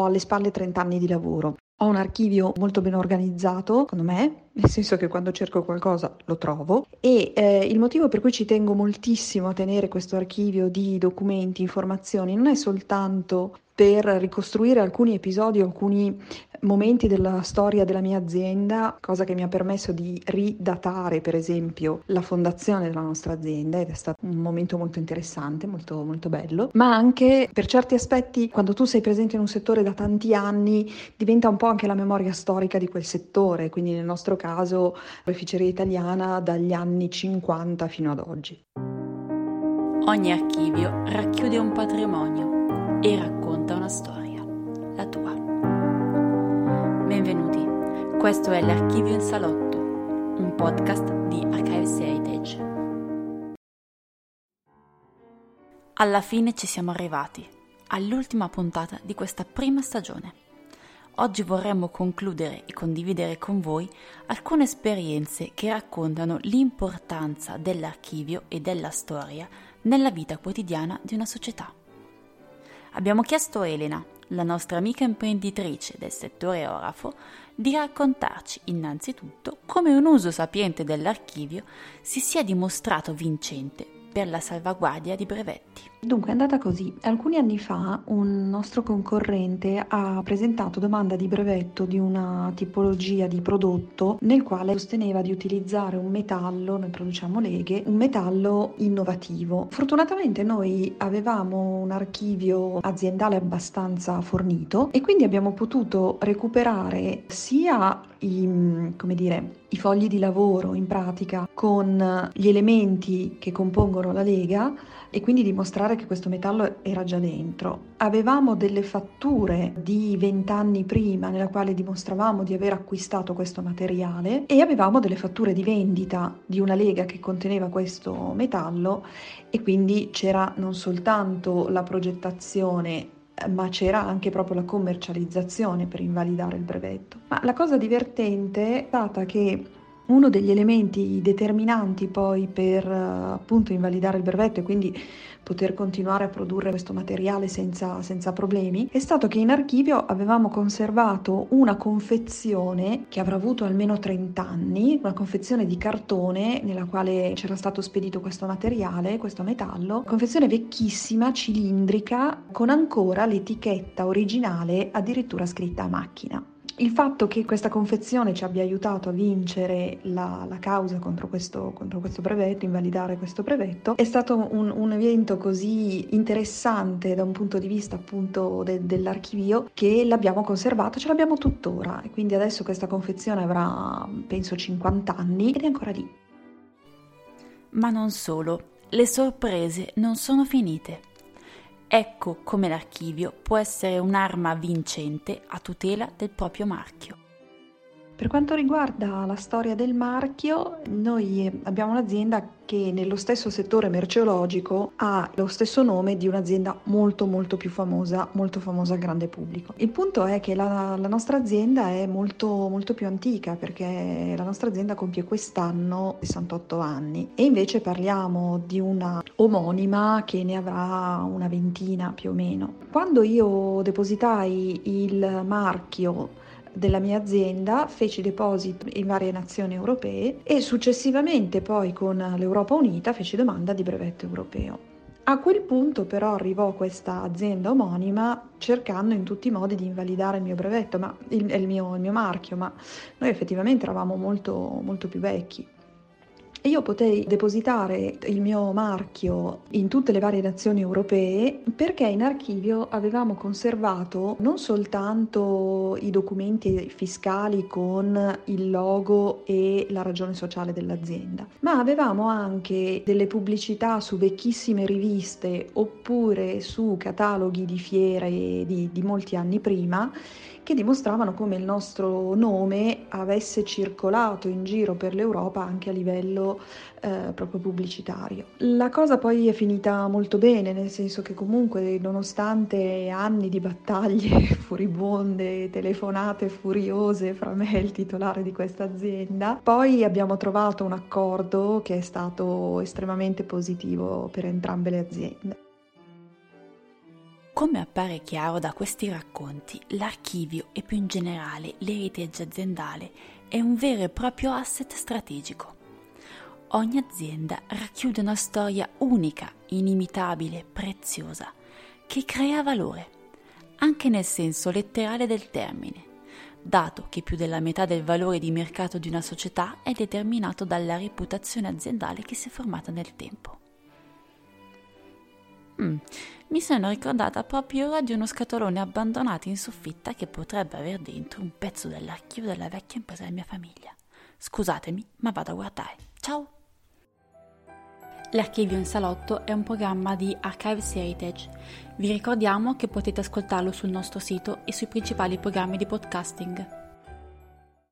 ho alle spalle 30 anni di lavoro. Ho un archivio molto ben organizzato, secondo me, nel senso che quando cerco qualcosa lo trovo e il motivo per cui ci tengo moltissimo a tenere questo archivio di documenti, informazioni, non è soltanto per ricostruire alcuni episodi o alcuni momenti della storia della mia azienda, cosa che mi ha permesso di ridatare, per esempio, la fondazione della nostra azienda ed è stato un momento molto interessante, molto, molto bello, ma anche per certi aspetti, quando tu sei presente in un settore da tanti anni, diventa un po' anche la memoria storica di quel settore, quindi nel nostro caso l'oreficeria italiana dagli anni 50 fino ad oggi. Ogni archivio racchiude un patrimonio e racconta una storia, la tua. Benvenuti, questo è l'Archivio in Salotto, un podcast di Archives Heritage. Alla fine ci siamo arrivati, all'ultima puntata di questa prima stagione. Oggi vorremmo concludere e condividere con voi alcune esperienze che raccontano l'importanza dell'archivio e della storia nella vita quotidiana di una società. Abbiamo chiesto a Elena, la nostra amica imprenditrice del settore orafo, di raccontarci innanzitutto come un uso sapiente dell'archivio si sia dimostrato vincente per la salvaguardia di brevetti. Dunque è andata così. Alcuni anni fa un nostro concorrente ha presentato domanda di brevetto di una tipologia di prodotto nel quale sosteneva di utilizzare un metallo, noi produciamo leghe, un metallo innovativo. Fortunatamente noi avevamo un archivio aziendale abbastanza fornito e quindi abbiamo potuto recuperare sia i fogli di lavoro in pratica con gli elementi che compongono la lega e quindi dimostrare che questo metallo era già dentro. Avevamo delle fatture di 20 anni prima nella quale dimostravamo di aver acquistato questo materiale e avevamo delle fatture di vendita di una lega che conteneva questo metallo e quindi c'era non soltanto la progettazione ma c'era anche proprio la commercializzazione per invalidare il brevetto. Ma la cosa divertente è stata che uno degli elementi determinanti poi per appunto invalidare il brevetto e quindi poter continuare a produrre questo materiale senza problemi è stato che in archivio avevamo conservato una confezione che avrà avuto almeno 30 anni, una confezione di cartone nella quale c'era stato spedito questo materiale, questo metallo, confezione vecchissima, cilindrica, con ancora l'etichetta originale addirittura scritta a macchina. Il fatto che questa confezione ci abbia aiutato a vincere la causa contro questo brevetto, invalidare questo brevetto, è stato un evento così interessante da un punto di vista appunto dell'archivio che l'abbiamo conservato, ce l'abbiamo tuttora e quindi adesso questa confezione avrà penso 50 anni ed è ancora lì. Ma non solo, le sorprese non sono finite. Ecco come l'archivio può essere un'arma vincente a tutela del proprio marchio. Per quanto riguarda la storia del marchio, noi abbiamo un'azienda che nello stesso settore merceologico ha lo stesso nome di un'azienda molto molto più famosa, molto famosa al grande pubblico. Il punto è che la nostra azienda è molto molto più antica perché la nostra azienda compie quest'anno 68 anni e invece parliamo di una omonima che ne avrà una ventina più o meno. Quando io depositai il marchio della mia azienda, feci deposito in varie nazioni europee e successivamente poi con l'Europa Unita feci domanda di brevetto europeo. A quel punto però arrivò questa azienda omonima cercando in tutti i modi di invalidare il mio brevetto, il mio marchio, ma noi effettivamente eravamo molto, molto più vecchi. E io potei depositare il mio marchio in tutte le varie nazioni europee perché in archivio avevamo conservato non soltanto i documenti fiscali con il logo e la ragione sociale dell'azienda, ma avevamo anche delle pubblicità su vecchissime riviste oppure su cataloghi di fiere di molti anni prima che dimostravano come il nostro nome avesse circolato in giro per l'Europa anche a livello proprio pubblicitario. La cosa poi è finita molto bene, nel senso che comunque nonostante anni di battaglie furibonde, telefonate furiose fra me e il titolare di questa azienda, poi abbiamo trovato un accordo che è stato estremamente positivo per entrambe le aziende. Come appare chiaro da questi racconti, l'archivio e più in generale l'heritage aziendale è un vero e proprio asset strategico. Ogni azienda racchiude una storia unica, inimitabile, preziosa, che crea valore, anche nel senso letterale del termine, dato che più della metà del valore di mercato di una società è determinato dalla reputazione aziendale che si è formata nel tempo. Mi sono ricordata proprio ora di uno scatolone abbandonato in soffitta che potrebbe aver dentro un pezzo dell'archivio della vecchia impresa della mia famiglia. Scusatemi, ma vado a guardare. Ciao! L'Archivio in Salotto è un programma di Archives Heritage. Vi ricordiamo che potete ascoltarlo sul nostro sito e sui principali programmi di podcasting.